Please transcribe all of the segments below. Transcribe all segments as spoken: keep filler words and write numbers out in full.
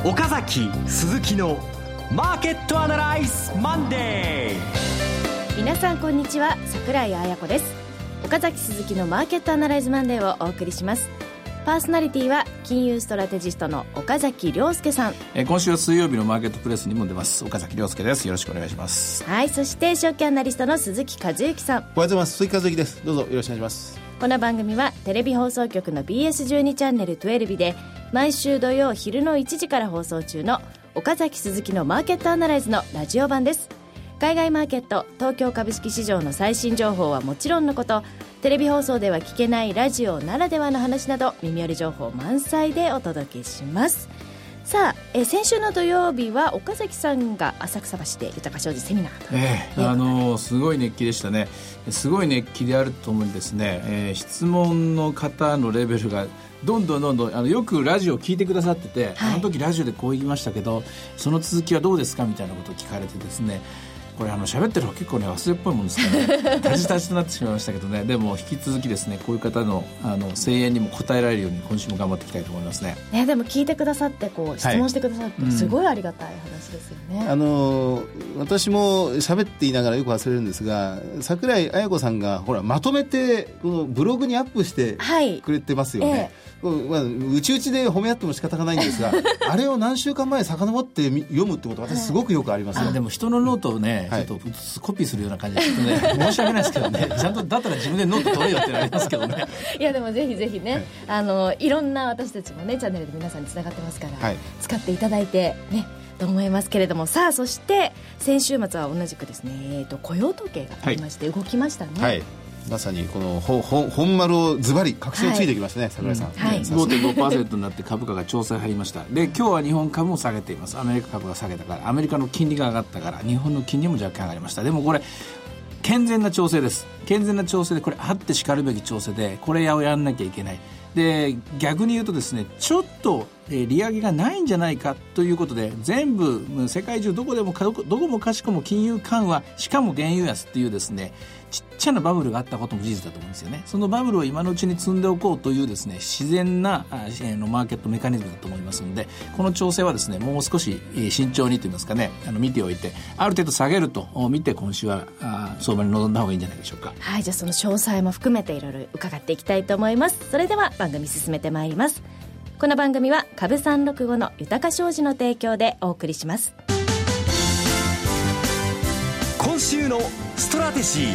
岡崎鈴木のマーケットアナライズマンデー。 皆さんこんにちは、桜井彩子です。岡崎鈴木のマーケットアナライズマンデーをお送りします。パーソナリティは金融ストラテジストの岡崎亮介さん。 え今週は水曜日のマーケットプレスにも出ます岡崎亮介です。よろしくお願いします。 はい、そして証券アナリストの鈴木和之さん。 おはようございます。鈴木和之です。どうぞよろしくお願いします。 この番組はテレビ放送局の ビーエスじゅうに チャンネルじゅうにで毎週土曜昼のいちじから放送中の岡崎鈴木のマーケットアナライズのラジオ版です。海外マーケット、東京株式市場の最新情報はもちろんのこと、テレビ放送では聞けないラジオならではの話など耳寄り情報満載でお届けします。さあ、え先週の土曜日は岡崎さんが浅草橋で豊か商事セミナーと、 えー、あのすごい熱気でしたね。すごい熱気であるとともにですね、えー、質問の方のレベルがどんどんどんどんあのよくラジオを聞いてくださってて、はい、あの時ラジオでこう言いましたけどその続きはどうですかみたいなことを聞かれてですね、これあの喋ってる方結構ね忘れっぽいもんですからねタジタジとなってしまいましたけどね、でも引き続きですねこういう方のあの声援にも応えられるように今週も頑張っていきたいと思いますね。 ね、でも聞いてくださってこう質問してくださって、はい、すごいありがたい話ですよね。 うん、あの私も喋っていながらよく忘れるんですが、桜井彩子さんがほらまとめてこのブログにアップしてくれてますよね。はい、ええまあ、うちうちで褒め合っても仕方がないんですがあれを何週間前遡って読むってことは私すごくよくありますよ。 あでも人のノートをね、はい、ちょっとコピーするような感じでちょっとね申し訳ないですけどねちゃんとだったら自分でノート取れよってなりますけどねいやでもぜひぜひね、はい、あのいろんな私たちもねチャンネルで皆さんにつながってますから、はい、使っていただいてねと思いますけれども、さあそして先週末は同じくですね、えーと雇用統計がありまして動きましたね。 はい、まさにこのほほ本丸をズバリ確信ついてきましたね、はい、桜井さん、うんはい、 ごてんごパーセント になって株価が調整入りました。で今日は日本株も下げています。アメリカ株が下げたから、アメリカの金利が上がったから日本の金利も若干上がりました。でもこれ健全な調整です。健全な調整でこれあってしかるべき調整で、これをやんなきゃいけない。で逆に言うとですね、ちょっと、えー、利上げがないんじゃないかということで全部世界中どこでもどこどこもかしこも金融緩和、しかも原油安っていうですねちっちゃなバブルがあったことも事実だと思うんですよね。そのバブルを今のうちに積んでおこうというですね自然なあのマーケットメカニズムだと思いますので、この調整はですねもう少し慎重にといいますかね、あの見ておいてある程度下げると見て今週はあ相場に臨んだ方がいいんじゃないでしょうか。 はい、じゃあその詳細も含めていろいろ伺っていきたいと思います。それでは番組進めてまいります。この番組は株さんろくごの豊か商事の提供でお送りします。 今週のストラテジー。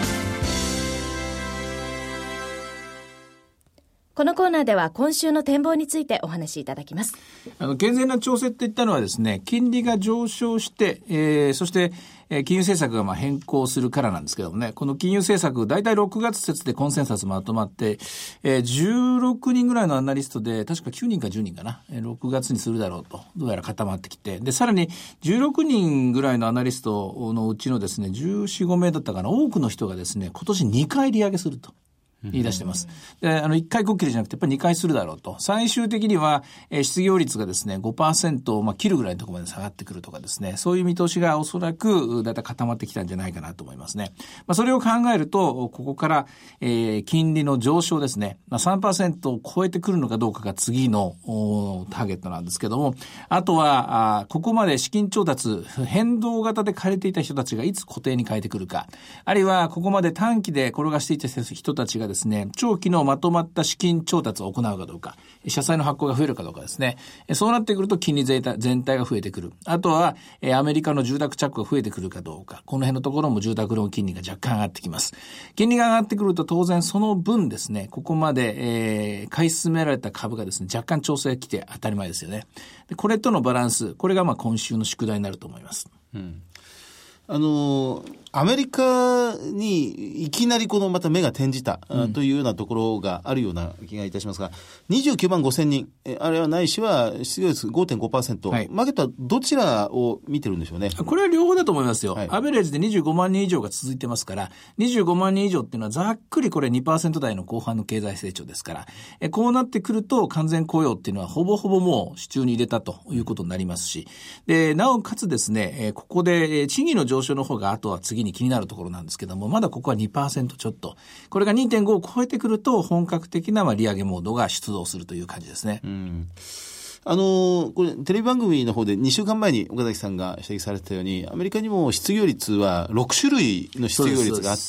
このコーナーでは今週の展望についてお話しいただきます。 あの健全な調整って言ったのはですね、金利が上昇して、えー、そして、えー、金融政策がまあ変更するからなんですけどもね、この金融政策だいたいろくがつ節でコンセンサスまとまって、えー、じゅうろくにんぐらいのアナリストで確かきゅうにんかじゅうにんかな、えー、ろくがつにするだろうとどうやら固まってきて、でさらにじゅうろくにんぐらいのアナリストのうちのですねじゅうよん、ごめいだったかな、多くの人がですね今年にかい利上げすると言い出してます。で、あの、いっかいこっきりじゃなくて、やっぱりにかいするだろうと。最終的には、えー、失業率がですね、ごパーセントを、まあ、切るぐらいのところまで下がってくるとかですね、そういう見通しがおそらく、だいたい固まってきたんじゃないかなと思いますね。まあ、それを考えると、ここから、えー、金利の上昇ですね、まあ、さんパーセント を超えてくるのかどうかが次のターゲットなんですけども、あとは、あここまで資金調達、変動型で借りていた人たちがいつ固定に変えてくるか、あるいは、ここまで短期で転がしていた人たちがですね、長期のまとまった資金調達を行うかどうか、社債の発行が増えるかどうかですね。そうなってくると金利全体、全体が増えてくる。あとは、アメリカの住宅着が増えてくるかどうか。この辺のところも住宅ローン金利が若干上がってきます。金利が上がってくると当然その分ですね、ここまで、えー、買い進められた株がですね、若干調整が来て当たり前ですよね。でこれとのバランス、これがまあ今週の宿題になると思います。 うん、あのーアメリカにいきなりこのまた目が転じた、うん、というようなところがあるような気がいたしますが、にじゅうきゅうまんごせんにん、あれはないしは失業率 ごてんごパーセント、はい、マーケットはどちらを見てるんでしょうね。 これは両方だと思いますよ、はい、アベレージでにじゅうごまんにん以上が続いてますから、にじゅうごまんにん以上っていうのはざっくりこれ にパーセント 台の後半の経済成長ですから、えこうなってくると完全雇用っていうのはほぼほぼもう手中に入れたということになりますし、でなおかつですね、ここで賃金の上昇の方があとは次に気になるところなんですけども、まだここは にパーセント ちょっと、これが にてんご を超えてくると本格的なまあ利上げモードが出動するという感じですね。 うんあのこれテレビ番組の方でにしゅうかんまえに岡崎さんが指摘されてたように、アメリカにも失業率はろくしゅるいの失業率があって、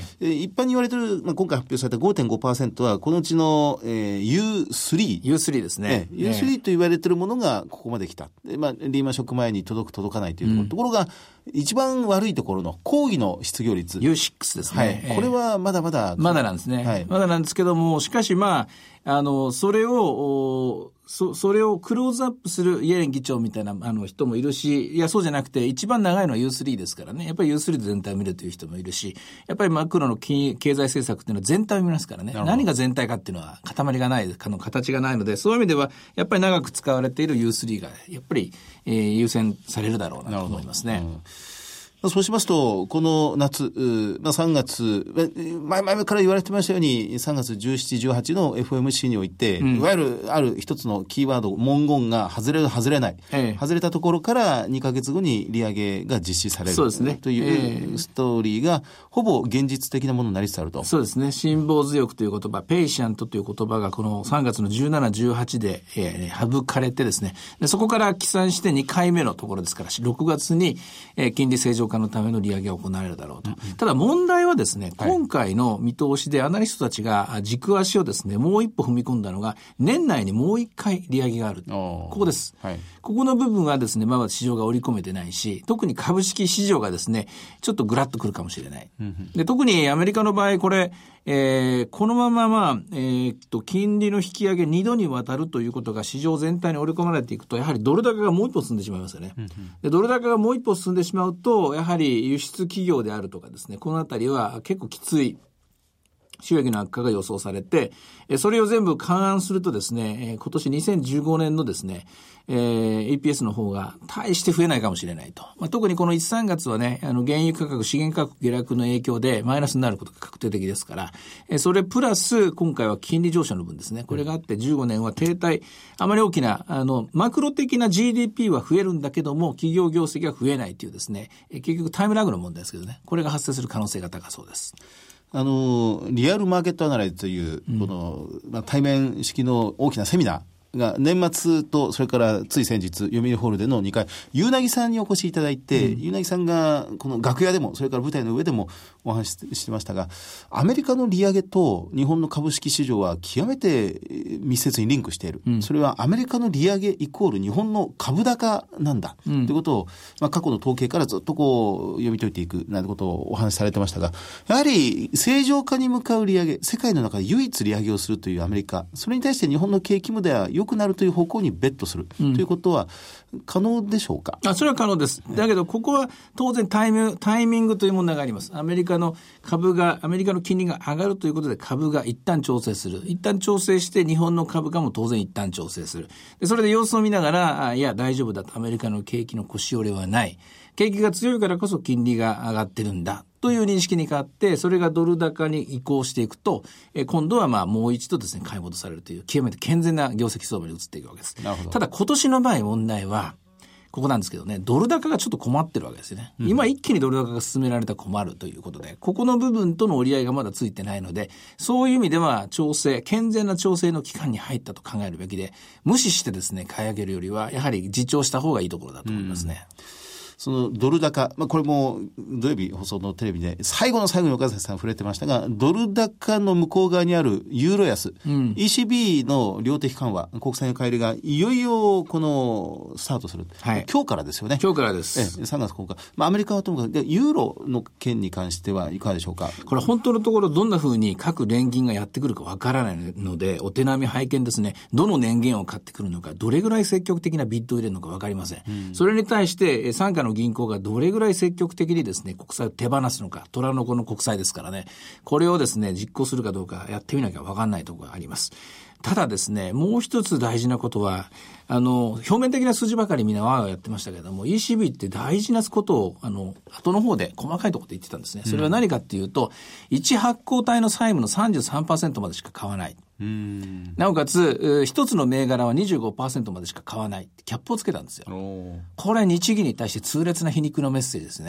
えー、一般に言われている、まあ、今回発表された ごてんごパーセント はこのうちの、えー、ユースリーユースリー ですね、 えー、ユースリー と言われているものがここまで来た。で、まあ、リーマンショック前に届く届かないというところ、うん、ところが一番悪いところの講義の失業率ユーシックス ですね、 はいえー、これはまだまだまだなんですね、はい、まだなんですけども、しかしまああのそれをそ, それをクローズアップするイエレン議長みたいなあの人もいるし、いやそうじゃなくて一番長いのは ユースリー ですからね、やっぱり ユースリー で全体を見るという人もいるし、やっぱりマクロの経済政策っていうのは全体を見ますからね、何が全体かっていうのは塊がない、形がないので、そういう意味ではやっぱり長く使われている ユースリー がやっぱり、えー、優先されるだろうなと思いますね。 そうしますと、この夏、まあ、さんがつ、前々から言われてましたように、さんがつじゅうしち、じゅうはちの エフオーエムシー において、うん、いわゆるある一つのキーワード、文言が外れる、外れない、ええ、外れたところからにかげつごに利上げが実施される、そうですね、というストーリーが、ほぼ現実的なものになりつつあると。 そうですね。辛抱強くという言葉、ペイシャントという言葉がこのさんがつのじゅうしち、じゅうはちで、えー、省かれてですね、でそこから起算してにかいめのところですから、ろくがつに、えー、金利正常化のための利上げが行われるだろうと。ただ問題はですね、今回の見通しでアナリストたちが軸足をですね、もう一歩踏み込んだのが、年内にもう一回利上げがある。ここです。はい、ここの部分はですね、まだ市場が織り込めてないし、特に株式市場がですね、ちょっとグラッとくるかもしれない。うん、で特にアメリカの場合、これ、えー、このまま、まあえー、っと金利の引き上げにどにわたるということが市場全体に織り込まれていくと、やはりドル高がもう一歩進んでしまいますよね。うん、でドル高がもう一歩進んでしまうと、やはり輸出企業であるとかですね、このあたりは結構きつい収益の悪化が予想されて、それを全部勘案するとですね、今年にせんじゅうごねんのですね、えー、イーピーエス の方が大して増えないかもしれないと。まあ、特にこのいち、さんがつはね、あの原油価格、資源価格下落の影響でマイナスになることが確定的ですから、えー、それプラス今回は金利上昇の分ですね。これがあってじゅうごねんは停滞、あまり大きな、あの、マクロ的な ジーディーピー は増えるんだけども、企業業績は増えないというですね、えー、結局タイムラグの問題ですけどね、これが発生する可能性が高そうです。 あのリアルマーケットアナライズというこの、うんまあ、対面式の大きなセミナーが年末とそれからつい先日読売ホールでのにかい、ゆうなぎさんにお越しいただいて、うん、ゆうなぎさんがこの楽屋でもそれから舞台の上でもお話ししてましたが、アメリカの利上げと日本の株式市場は極めて密接にリンクしている、うん、それはアメリカの利上げイコール日本の株高なんだ、うん、ということを、まあ、過去の統計からずっとこう読み解いていくなんてことをお話しされてましたが、やはり正常化に向かう利上げ、世界の中で唯一利上げをするというアメリカ、それに対して日本の景気もでは良くなるという方向にベットする、うん、ということは可能でしょうか。 あ、それは可能です。だけどここは当然タイム、タイミングという問題があります。アメリカの株が、アメリカの金利が上がるということで株が一旦調整する。一旦調整して日本の株価も当然一旦調整する。でそれで様子を見ながら、あいや大丈夫だと、アメリカの景気の腰折れはない。景気が強いからこそ金利が上がってるんだ。という認識に変わって、それがドル高に移行していくと、え今度はまあもう一度ですね、買い戻されるという極めて健全な業績相場に移っていくわけです。ただ今年の場合問題は、ここなんですけどね、ドル高がちょっと困ってるわけですよね。うん、今一気にドル高が進められたら困るということで、ここの部分との折り合いがまだついてないので、そういう意味では調整、健全な調整の期間に入ったと考えるべきで、無視してですね、買い上げるよりは、やはり自重した方がいいところだと思いますね。うん、 そのドル高、まあ、これも土曜日放送のテレビで最後の最後に岡崎さん触れてましたが、ドル高の向こう側にあるユーロ安、うん、イーシービー の量的緩和、国債の買い入れがいよいよこのスタートする、はい、今日からですよね。 今日からです。 えさんがつここか、まあ、アメリカはともかくでユーロの件に関してはいかがでしょうか。 これ本当のところどんな風に各連銀がやってくるかわからないので、お手並み拝見ですね。どの年限を買ってくるのか、どれぐらい積極的なビッドを入れるのかわかりません、うん、それに対して傘下の銀行がどれぐらい積極的にですね、国債を手放すのか、虎の子の国債ですからね、これをですね、実行するかどうかやってみなきゃ分かんないところがあります。ただですね、もう一つ大事なことは、あの、表面的な数字ばかりみんなわーわーやってましたけども、イーシービー って大事なことを、あの、後の方で細かいところで言ってたんですね。それは何かっていうと、うん、いち発行体の債務の さんじゅうさんパーセント までしか買わない。うんなおかつ、一つの銘柄は にじゅうごパーセント までしか買わない。キャップをつけたんですよ。これは日銀に対して痛烈な皮肉のメッセージですね。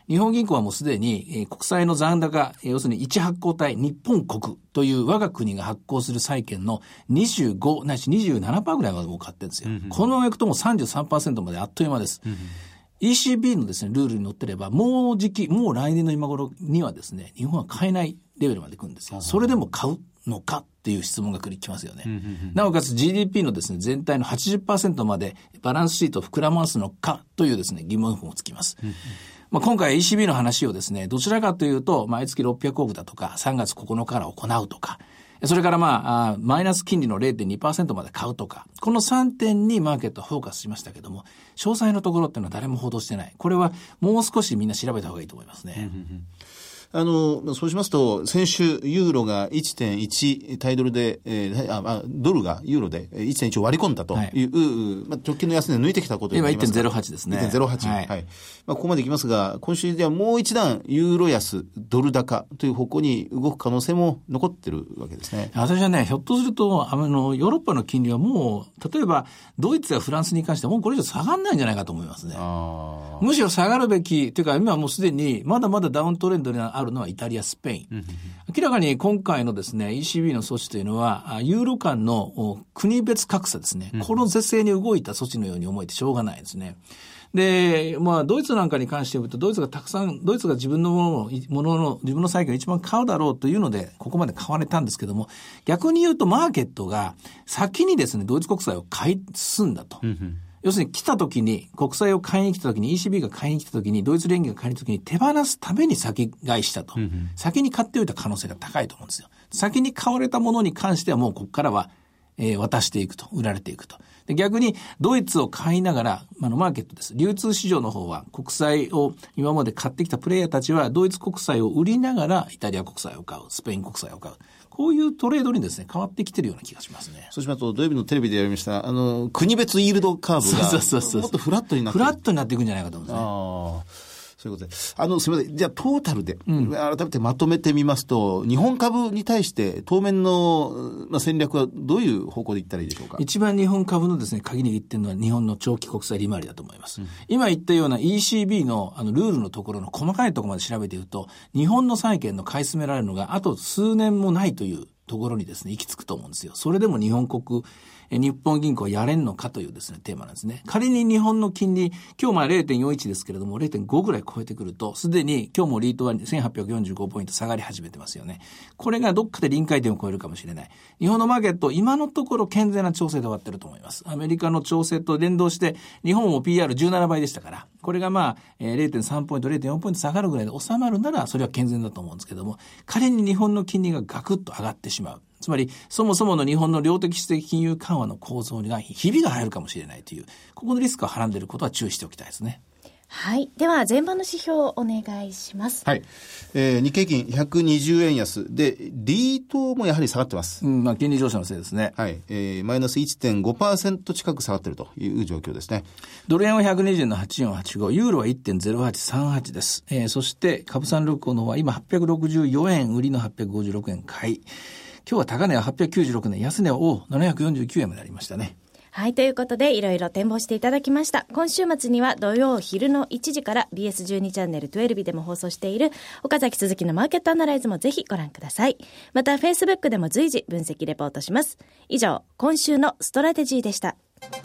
日本銀行はもうすでに、えー、国債の残高、えー、要するにいち発行体日本国という我が国が発行する債券のにじゅうごないし にじゅうななパーセント ぐらいまでもう買ってるんですよ。うんうん、このままいくともう さんじゅうさんパーセント まであっという間です。うんうん、イーシービー のですね、ルールに乗ってれば、もう時期、もう来年の今頃にはですね、日本は買えないレベルまで来るんですよ。それでも買うのかっていう質問が来ますよね。うんうんうん、なおかつ ジーディーピー のですね、全体の はちじゅっパーセント までバランスシートを膨らますのかというですね、疑問符もつきます。うんうん、まあ、今回 イーシービー の話をですね、どちらかというと、毎月ろっぴゃくおくだとか、さんがつここのかから行うとか、それからまあ、あマイナス金利の れいてんにパーセント まで買うとか、このさんてんにマーケットはフォーカスしましたけども、詳細のところっていうのは誰も報道してない。これはもう少しみんな調べた方がいいと思いますね。うんうんうん、 あの、そうしますと、先週、ユーロが いってんいち 対ドルで、えー、あ、ドルがユーロで いってんいち を割り込んだという、はい、まあ、直近の安値抜いてきたことになりますか。 今 いってんゼロはち ですね。 いってんゼロはち。はい。はい、まあ、ここまでいきますが、今週ではもう一段、ユーロ安、ドル高という方向に動く可能性も残ってるわけですね。 私はね、ひょっとすると、あの、ヨーロッパの金利はもう、例えば、ドイツやフランスに関してはもうこれ以上下がらないんじゃないかと思いますね。あむしろ下がるべき、というか今はもうすでに、まだまだダウントレンドにあるのはイタリア、スペイン。明らかに今回のですね、イーシービー の措置というのは、ユーロ間の国別格差ですね。この是正に動いた措置のように思えてしょうがないですね。で、まあ、ドイツなんかに関して言うと、ドイツがたくさん、ドイツが自分のものを、ものの、自分の債券を一番買うだろうというので、ここまで買われたんですけども、逆に言うとマーケットが先にですね、ドイツ国債を買い進んだと。うんうん、要するに来た時に、国債を買いに来た時に、イーシービー が買いに来た時に、ドイツ連銀が買いに来た時に手放すために先買いしたと。うんうん、先に買っておいた可能性が高いと思うんですよ。先に買われたものに関してはもうここからは、えー、渡していくと、売られていくと。で、逆にドイツを買いながら、あのマーケットです。流通市場の方は国債を今まで買ってきたプレイヤーたちはドイツ国債を売りながらイタリア国債を買う、スペイン国債を買う。こういうトレードにですね、変わってきてるような気がしますね。 そうしますと、土曜日のテレビでやりました、あの、国別イールドカーブが、そうそうそうそう、もっとフラットになっていく。 フラットになっていくんじゃないかと思うんですね。ああ。 そういうことで。あの、すみません。じゃあ、トータルで、うん、改めてまとめてみますと、日本株に対して当面の、まあ、戦略はどういう方向でいったらいいでしょうか。 一番日本株のですね、鍵握っているのは日本の長期国債利回りだと思います。うん、今言ったような イーシービー の, あのルールのところの細かいところまで調べていくと、日本の債券の買い進められるのがあと数年もないというところにですね、行き着くと思うんですよ。それでも日本国、日本銀行はやれんのかというですね、テーマなんですね。仮に日本の金利、今日まあ れいてんよんいち ですけれども、れいてんご ぐらい超えてくると、すでに今日もリートはせんはっぴゃくよんじゅうごポイント下がり始めてますよね。これがどっかで臨界点を超えるかもしれない。日本のマーケット、今のところ健全な調整で終わってると思います。アメリカの調整と連動して、日本も ピーアールじゅうなな 倍でしたから、これがまあ、れいてんさん ポイント、れいてんよん ポイント下がるぐらいで収まるなら、それは健全だと思うんですけども、仮に日本の金利がガクッと上がってしまう。つまり、そもそもの日本の量的質的金融緩和の構造にひびが入るかもしれないという、ここのリスクをはらんでいることは注意しておきたいですね。 はい。では、前場の指標をお願いします。 はい。えー、日経金ひゃくにじゅうえん安で、リートもやはり下がってます。 うん、まあ、金利上昇のせいですね。 はい。えー、マイナス いってんごパーセント 近く下がっているという状況ですね。 ドル円はひゃくにじゅうのはちよんはちご、ユーロは いってんゼロはちさんはち です。えー、そして、株三六五の方は今はっぴゃくろくじゅうよえん、売りのはっぴゃくごじゅうろくえん買い。今日は高値ははっぴゃくきゅうじゅうろくえん、安値はおななひゃくよんじゅうきゅうえんまでありましたね。 はい、ということでいろいろ展望していただきました。今週末には土曜昼のいちじから ビーエスじゅうに チャンネルじゅうにでも放送している岡崎鈴木のマーケットアナライズもぜひご覧ください。また Facebook でも随時分析レポートします。以上、今週のストラテジーでした。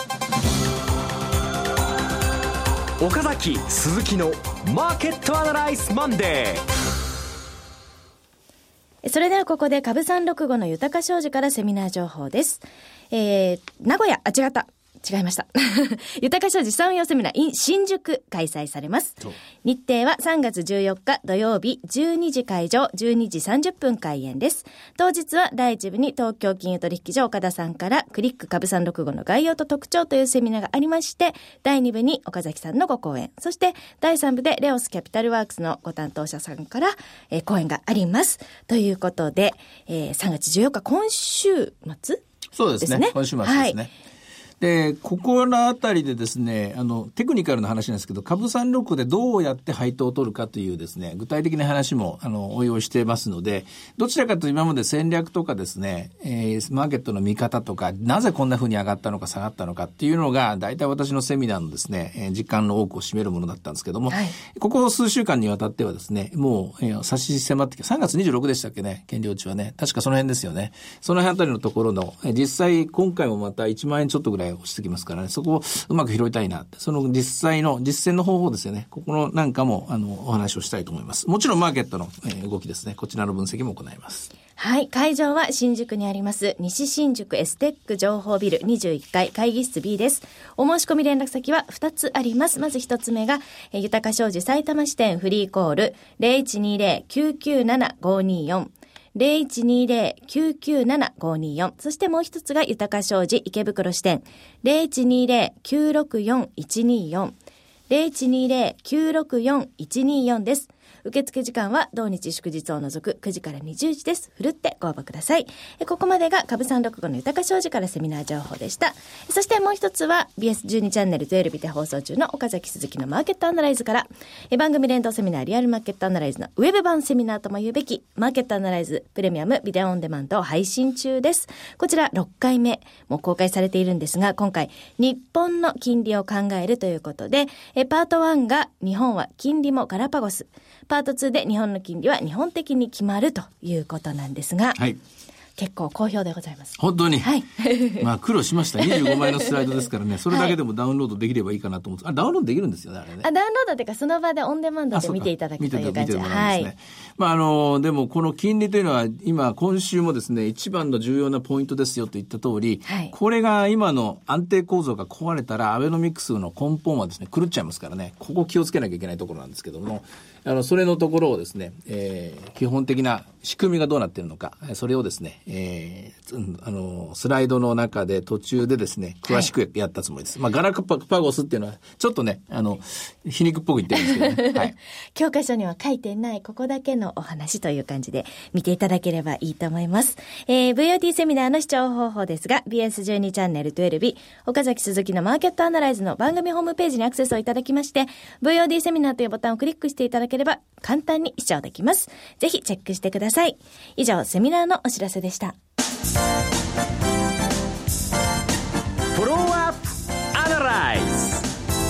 岡崎鈴木のマーケットアナライズマンデー。それではここで株さんろくごの豊か商事からセミナー情報です。えー、名古屋、あ、違った。違いました。豊か商事さんようセミナー in 新宿開催されます。日程はさんがつじゅうよっか土曜日じゅうにじ会場、じゅうにじさんじゅっぷん開演です。当日はだいいち部に東京金融取引所岡田さんからクリック株さんろくごの概要と特徴というセミナーがありまして、だいに部に岡崎さんのご講演、そしてだいさん部でレオスキャピタルワークスのご担当者さんから、えー、講演があります。ということで、えー、さんがつじゅうよっか今週末そうですね。今週末ですね。はい、 で、ここのあたりでですね、あの、テクニカルな話なんですけど、株さんろくでどうやって配当を取るかというですね、具体的な話も、あの、応用してますので、どちらかというと今まで戦略とかですね、えー、マーケットの見方とか、なぜこんな風に上がったのか下がったのかっていうのが、大体私のセミナーのですね、えー、時間の多くを占めるものだったんですけども、はい、ここ数週間にわたってはですね、もう、えー、差し迫ってきて、さんがつにじゅうろくでしたっけね、権利落ちはね、確かその辺ですよね。その辺あたりのところの、えー、実際今回もまたいちまんえんちょっとぐらい落ちてきますからね、そこをうまく拾いたいなって、その実際の実践の方法ですよね。ここのなんかもあのお話をしたいと思います。もちろんマーケットの、えー、動きですね。こちらの分析も行います。 はい。会場は新宿にあります西新宿エステック情報ビルにじゅういっかい会議室 ビー です。お申し込み連絡先はふたつあります。まずひとつめが、えー、豊か商事埼玉支店フリーコール ゼロいちにゼロ きゅうきゅうなな ごにーよんゼロいちにゼロ きゅうきゅうなな ごにーよん、そしてもう一つが豊か商事池袋支店 ゼロいちにゼロ きゅうろくよん いちにーよん ゼロいちにゼロ きゅうろくよん いちにーよんです。受付時間は同日祝日を除くくじからにじゅうじです。ふるってご応募ください。ここまでが株さんろくごの豊か商事からセミナー情報でした。そしてもう一つは ビーエスじゅうに チャンネルじゅうにで放送中の岡崎鈴木のマーケットアナライズから、番組連動セミナーリアルマーケットアナライズのウェブ版セミナーとも言うべきマーケットアナライズプレミアムビデオオンデマンドを配信中です。こちらろっかいめも公開されているんですが、今回日本の金利を考えるということで、パートワンが日本は金利もガラパゴス、パートツーで日本の金利は日本的に決まるということなんですが、はい、結構好評でございます。 本当に、 はい、 まあ苦労しました。にじゅうごまいのスライドですからね、それだけでもダウンロードできればいいかなと思って、はい、あ、ダウンロードできるんですよね、あれね。 あ、ダウンロードっていうかその場でオンデマンドで見ていただくという感じで、はい。 まああのでもこの金利というのは今今週もですね、一番の重要なポイントですよと言った通り、はい、これが今の安定構造が壊れたらアベノミクスの根本はですね狂っちゃいますからね、ここ気をつけなきゃいけないところなんですけども。あのそれのところをですね、えー、基本的な仕組みがどうなっているのか、それをですね、えー、あのスライドの中で途中でですね詳しくやったつもりです。はい、まあガラパゴスっていうのはちょっとねあの皮肉っぽく言ってるんですけどね。はい、 教科書には書いてないここだけのお話という感じで見ていただければいいと思います。えー、ブイオーティー セミナーの視聴方法ですが ビーエスじゅうに チャンネルじゅうに岡崎鈴木のマーケットアナライズの番組ホームページにアクセスをいただきまして ブイオーティー セミナーというボタンをクリックしていただければ簡単に視聴できます。ぜひチェックしてください。以上セミナーのお知らせでした。 フォローアップアナライズ。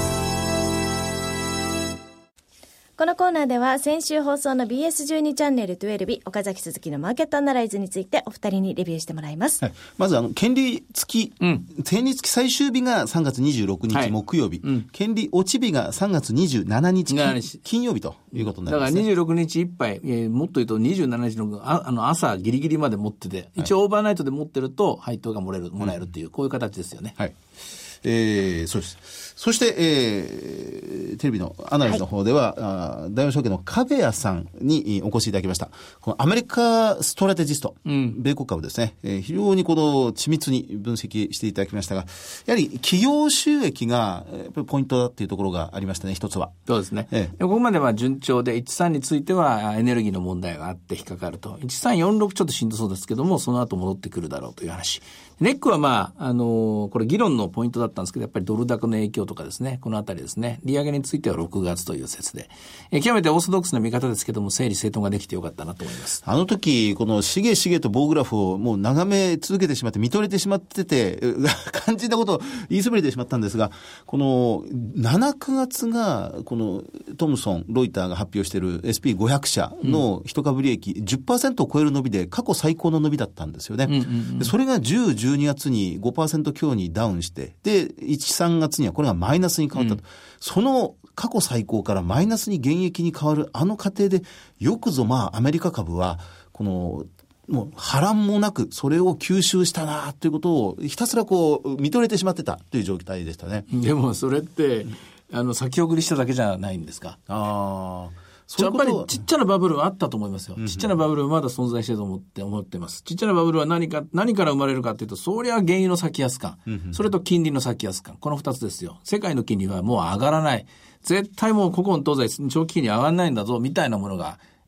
このコーナーでは先週放送の ビーエスじゅうに チャンネルじゅうに岡崎鈴木のマーケットアナライズについてお二人にレビューしてもらいます。 はい、まずあの権利付き、うん、権利付き最終日がさんがつにじゅうろくにち、はい、木曜日、うん、権利落ち日がさんがつにじゅうしちにち金曜日ということになりますね。 だからにじゅうろくにちいっぱい、えー、もっと言うとにじゅうしちにちの あ, あの朝ギリギリまで持ってて、一応オーバーナイトで持ってると配当がもらえる、もらえるっていう、うん、こういう形ですよね。 はい。えー、そうです。そして、えー、テレビのアナライズの方では、はい、大和証券の壁谷さんにお越しいただきました。このアメリカストラテジスト、うん、米国株ですね、えー、非常にこの緻密に分析していただきましたが、やはり企業収益がやっぱりポイントだっていうところがありましたね、一つは。 そうですね。えー、ここまでは順調で、いちさんについてはエネルギーの問題があって引っかかると。いちさんよんろくちょっとしんどそうですけども、その後戻ってくるだろうという話。ネックはまあ、あのー、これ議論のポイントだったんですけど、やっぱりドル高の影響とかですね、このあたりですね、利上げについてはろくがつという説で、えー、極めてオーソドックスな見方ですけども、整理整頓ができてよかったなと思います。 あの時、このしげしげと棒グラフをもう眺め続けてしまって、見とれてしまってて、肝心なことを言いそびれてしまったんですが、このしち、くがつが、このトムソン、ロイターが発表している エスピーごひゃく 社の一株利益 じゅっパーセント を超える伸びで、過去最高の伸びだったんですよね。うんうんうん、でそれがじゅう、じゅうにがつに ごパーセント 強にダウンして、で、いち、さんがつにはこれがマイナスに変わったと。うん、その過去最高からマイナスに減益に変わるあの過程で、よくぞまあアメリカ株は、この、もう波乱もなくそれを吸収したなということをひたすらこう見とれてしまってたという状態でしたね。 でもそれって、あの先送りしただけじゃないんですか。ああ。やっぱりちっちゃなバブルはあったと思いますよ。ちっちゃなバブルはまだ存在してると思って思ってます。ちっちゃなバブルは何か、何から生まれるかというと、そりゃ原油の先安感、それと金利の先安感、この二つですよ。世界の金利はもう上がらない。絶対もうここの東西長期金利上がらないんだぞ、みたいなものが、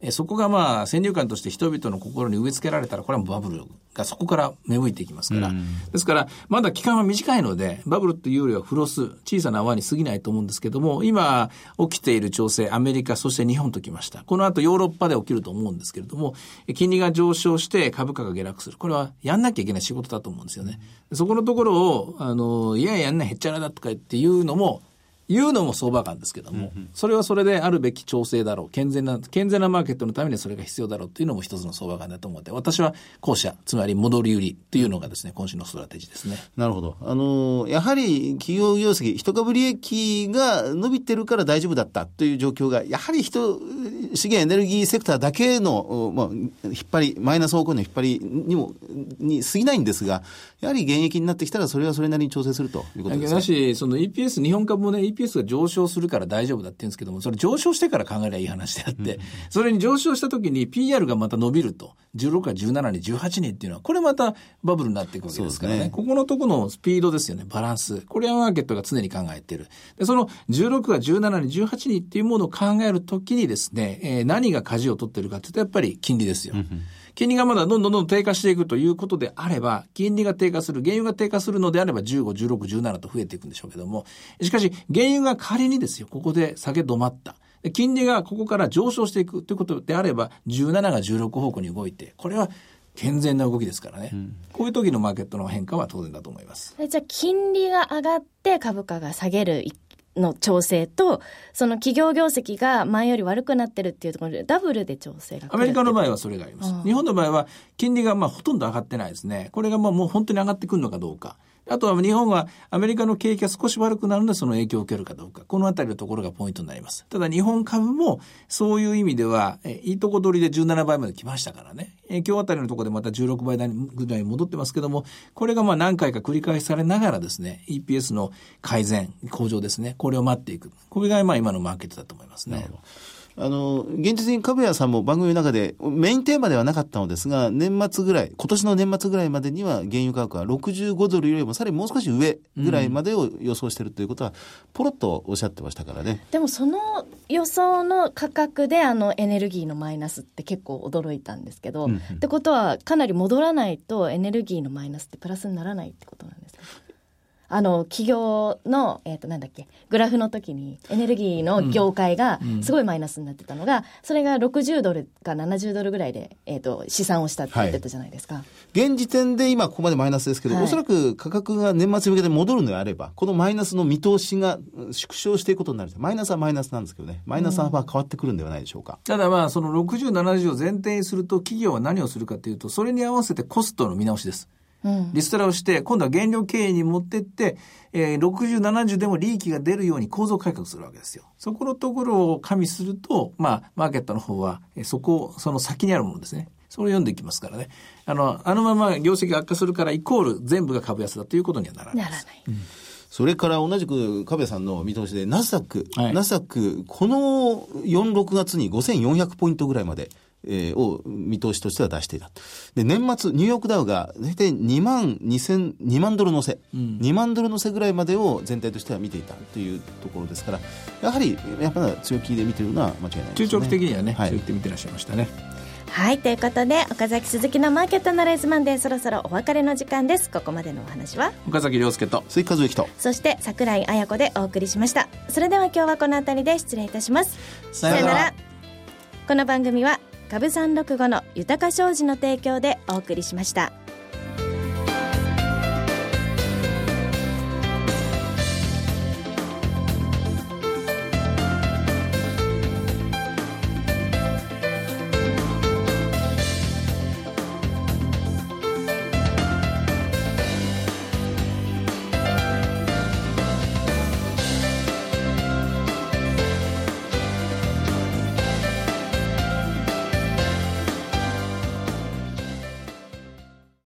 えそこがまあ先入観として人々の心に植え付けられたら、これはバブルがそこから芽吹いていきますから、うん、ですからまだ期間は短いので、バブルというよりはフロス、小さな泡に過ぎないと思うんですけども、今起きている調整、アメリカそして日本ときました。この後ヨーロッパで起きると思うんですけれども、金利が上昇して株価が下落する、これはやんなきゃいけない仕事だと思うんですよね。そこのところをあのいやいややんないへっちゃらだとか言って言うのも言うのも相場感ですけども、うんうん、それはそれであるべき調整だろう、健全な健全なマーケットのためにそれが必要だろうというのも一つの相場感だと思って、私は後者、つまり戻り売りというのがですね、今週のストラテジーですね。 なるほど。あのやはり企業業績、一株利益が伸びてるから大丈夫だったという状況が、やはり人資源エネルギーセクターだけの、まあ、引っ張りマイナス方向の引っ張りにもに過ぎないんですが、やはり減益になってきたらそれはそれなりに調整するということですね。 だしその イーピーエス、 日本株もね イーピーエス が上昇するから大丈夫だって言うんですけども、それ上昇してから考えればいい話であって、うん、それに上昇した時に ピーアール がまた伸びるとじゅうろくからじゅうななにじゅうはちにっていうのは、これまたバブルになっていくわけですから ね, ねここのところのスピードですよね、バランス、これはマーケットが常に考えている。でそのじゅうろくからじゅうななにじゅうはちにっていうものを考えるときにですね、えー、何が舵を取っているかというと、やっぱり金利ですよ、うん、金利がまだどんどんどんどん低下していくということであれば、金利が低下する、原油が低下するのであればじゅうご、じゅうろく、じゅうななと増えていくんでしょうけども、しかし原油が仮にですよ、ここで下げ止まった、金利がここから上昇していくということであれば、じゅうなながじゅうろく方向に動いて、これは健全な動きですからね、うん、こういう時のマーケットの変化は当然だと思います。 じゃあ金利が上がって株価が下げるの調整と、その企業業績が前より悪くなってるっていうところでダブルで調整が来る。 アメリカの場合はそれがあります。日本の場合は金利がまあほとんど上がってないですね。これがまあもう本当に上がってくるのかどうか。あとは日本はアメリカの景気が少し悪くなるので、その影響を受けるかどうか、このあたりのところがポイントになります。ただ日本株もそういう意味では、えいいとこ取りでじゅうななばいまで来ましたからね、え今日あたりのところでまたじゅうろくばいぐらいに戻ってますけども、これがまあ何回か繰り返しされながらですね、 イーピーエス の改善向上ですね、これを待っていく、これがまあ今のマーケットだと思いますね。 あの現実に株谷さんも番組の中でメインテーマではなかったのですが、年末ぐらい、今年の年末ぐらいまでには原油価格はろくじゅうごドルよりもさらにもう少し上ぐらいまでを予想しているということはポロッとおっしゃってましたからね。 でもその予想の価格であのエネルギーのマイナスって結構驚いたんですけど、うんうん、ってことはかなり戻らないとエネルギーのマイナスってプラスにならないってことなんですか。あの企業の、えー、となんだっけグラフの時にエネルギーの業界がすごいマイナスになってたのが、うんうん、それがろくじゅうドルかななじゅうドルぐらいで、えー、と試算をしたって言ってたじゃないですか、はい、 現時点で今ここまでマイナスですけど、はい、おそらく価格が年末に向けて戻るのであれば、このマイナスの見通しが縮小していくことになる。マイナスはマイナスなんですけどね、マイナスは変わってくるんではないでしょうか、うん、 ただまあそのろくじゅう、ななじゅうを前提にすると、企業は何をするかというと、それに合わせてコストの見直しです。うん、リストラをして今度は原料経営に持ってって、えー、ろくじゅう、ななじゅうでも利益が出るように構造改革するわけですよ。そこのところを加味すると、まあマーケットの方は、えー、そこその先にあるものですね、それを読んでいきますからね、あのあのまま業績が悪化するからイコール全部が株安だということにはならないです。ならない、うん。 それから同じく株谷さんの見通しでナスダック、はい、ナスダックこのよん、ろくがつにごせんよんひゃくポイントぐらいまでえー、を見通しとしては出していた。で、年末ニューヨークダウが大体にまんにせん、にまんドル乗せ、うん、にまんドル乗せぐらいまでを全体としては見ていたというところですから、やはりやっぱり強気で見ているのは間違いないですね。 中長期的にはね、はい、強気で見てらっしゃいましたね。 はい、ということで岡崎鈴木のマーケットアナライズマンデー、そろそろお別れの時間です。ここまでのお話は岡崎亮介と鈴木和之と、 そして櫻井彩子でお送りしました。それでは今日はこの辺りで失礼いたします。 さよなら。 この番組は株さんろくごの豊か商事の提供でお送りしました。